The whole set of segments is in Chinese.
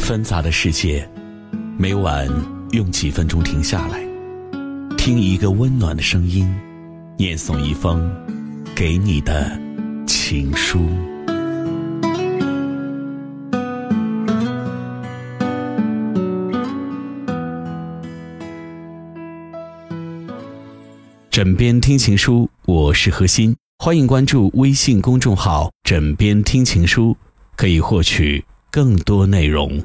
纷杂的世界，每晚用几分钟停下来，听一个温暖的声音，念诵一封给你的情书。枕边听情书，我是何欣，欢迎关注微信公众号枕边听情书，可以获取更多内容。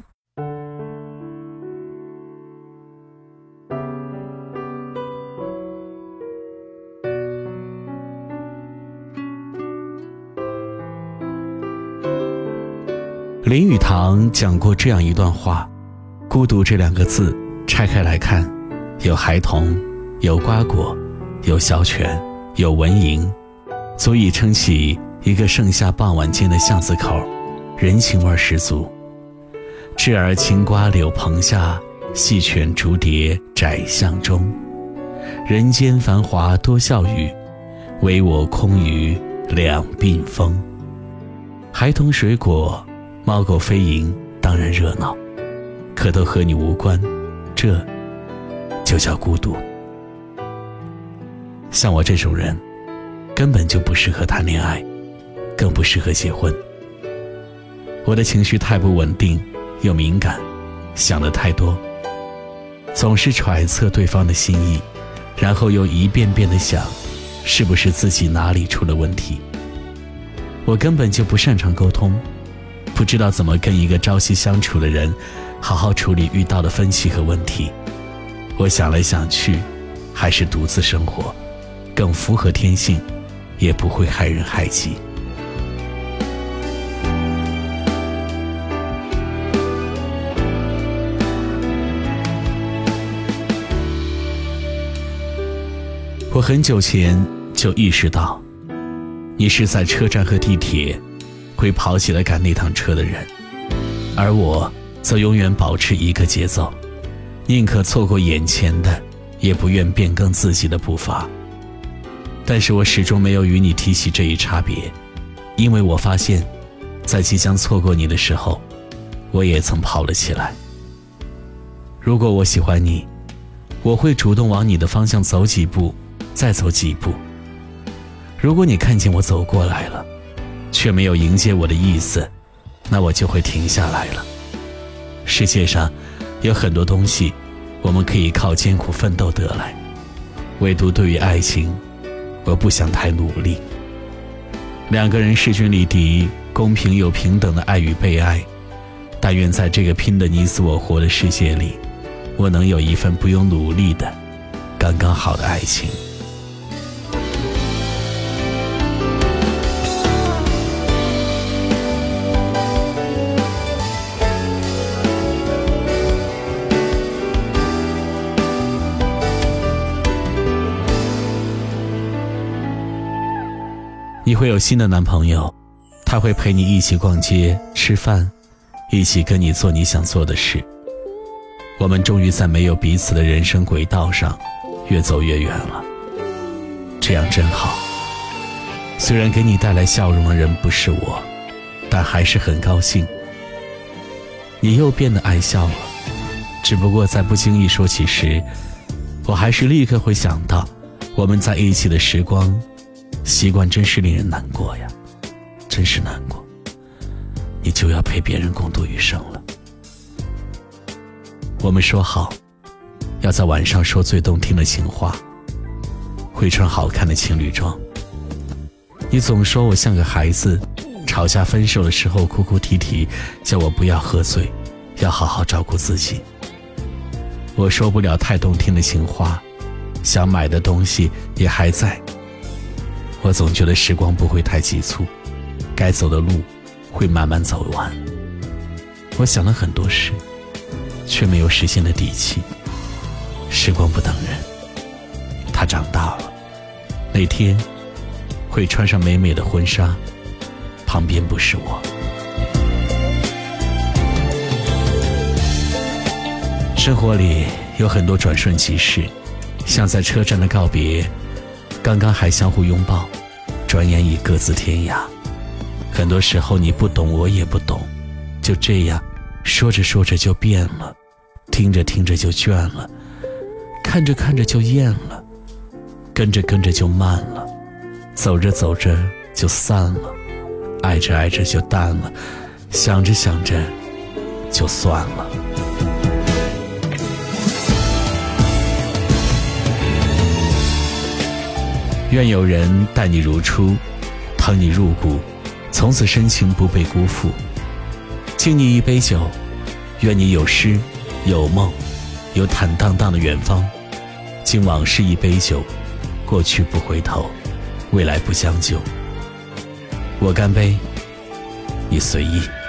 林语堂讲过这样一段话，孤独这两个字拆开来看，有孩童，有瓜果，有小犬，有蚊蝇，足以撑起一个盛夏傍晚间的巷子口，人情味十足。稚儿青瓜柳棚下，细犬逐蝶窄巷中。人间繁华多笑语，唯我空余两鬓风。孩童水果，猫狗飞蝇，当然热闹，可都和你无关，这就叫孤独。像我这种人，根本就不适合谈恋爱，更不适合结婚。我的情绪太不稳定，又敏感，想得太多，总是揣测对方的心意，然后又一遍遍地想，是不是自己哪里出了问题。我根本就不擅长沟通，不知道怎么跟一个朝夕相处的人好好处理遇到的分歧和问题。我想来想去，还是独自生活更符合天性，也不会害人害己。我很久前就意识到，你是在车站和地铁会跑起来赶那趟车的人，而我则永远保持一个节奏，宁可错过眼前的，也不愿变更自己的步伐。但是我始终没有与你提起这一差别，因为我发现，在即将错过你的时候，我也曾跑了起来。如果我喜欢你，我会主动往你的方向走几步，再走几步。如果你看见我走过来了，却没有迎接我的意思，那我就会停下来了。世界上有很多东西，我们可以靠艰苦奋斗得来，唯独对于爱情，我不想太努力。两个人势均力敌，公平又平等的爱与被爱，但愿在这个拼得你死我活的世界里，我能有一份不用努力的刚刚好的爱情。你会有新的男朋友，他会陪你一起逛街吃饭，一起跟你做你想做的事。我们终于在没有彼此的人生轨道上越走越远了，这样真好。虽然给你带来笑容的人不是我，但还是很高兴。你又变得爱笑了，只不过在不经意说起时，我还是立刻会想到我们在一起的时光，习惯真是令人难过呀，真是难过。你就要陪别人共度余生了。我们说好，要在晚上说最动听的情话，会穿好看的情侣装。你总说我像个孩子，吵架分手的时候哭哭啼啼，叫我不要喝醉，要好好照顾自己。我说不了太动听的情话，想买的东西也还在。我总觉得时光不会太急促，该走的路会慢慢走完。我想了很多事，却没有实现的底气。时光不等人，他长大了，那天会穿上美美的婚纱，旁边不是我。生活里有很多转瞬即逝，像在车站的告别，刚刚还相互拥抱，转眼已各自天涯。很多时候你不懂，我也不懂，就这样说着说着就变了，听着听着就倦了，看着看着就厌了，跟着跟着就慢了，走着走着就散了，爱着爱着就淡了，想着想着就算了。愿有人待你如初，疼你入骨，从此深情不被辜负。敬你一杯酒，愿你有诗有梦，有坦荡荡的远方。敬往事一杯酒，过去不回头，未来不将就。我干杯，你随意。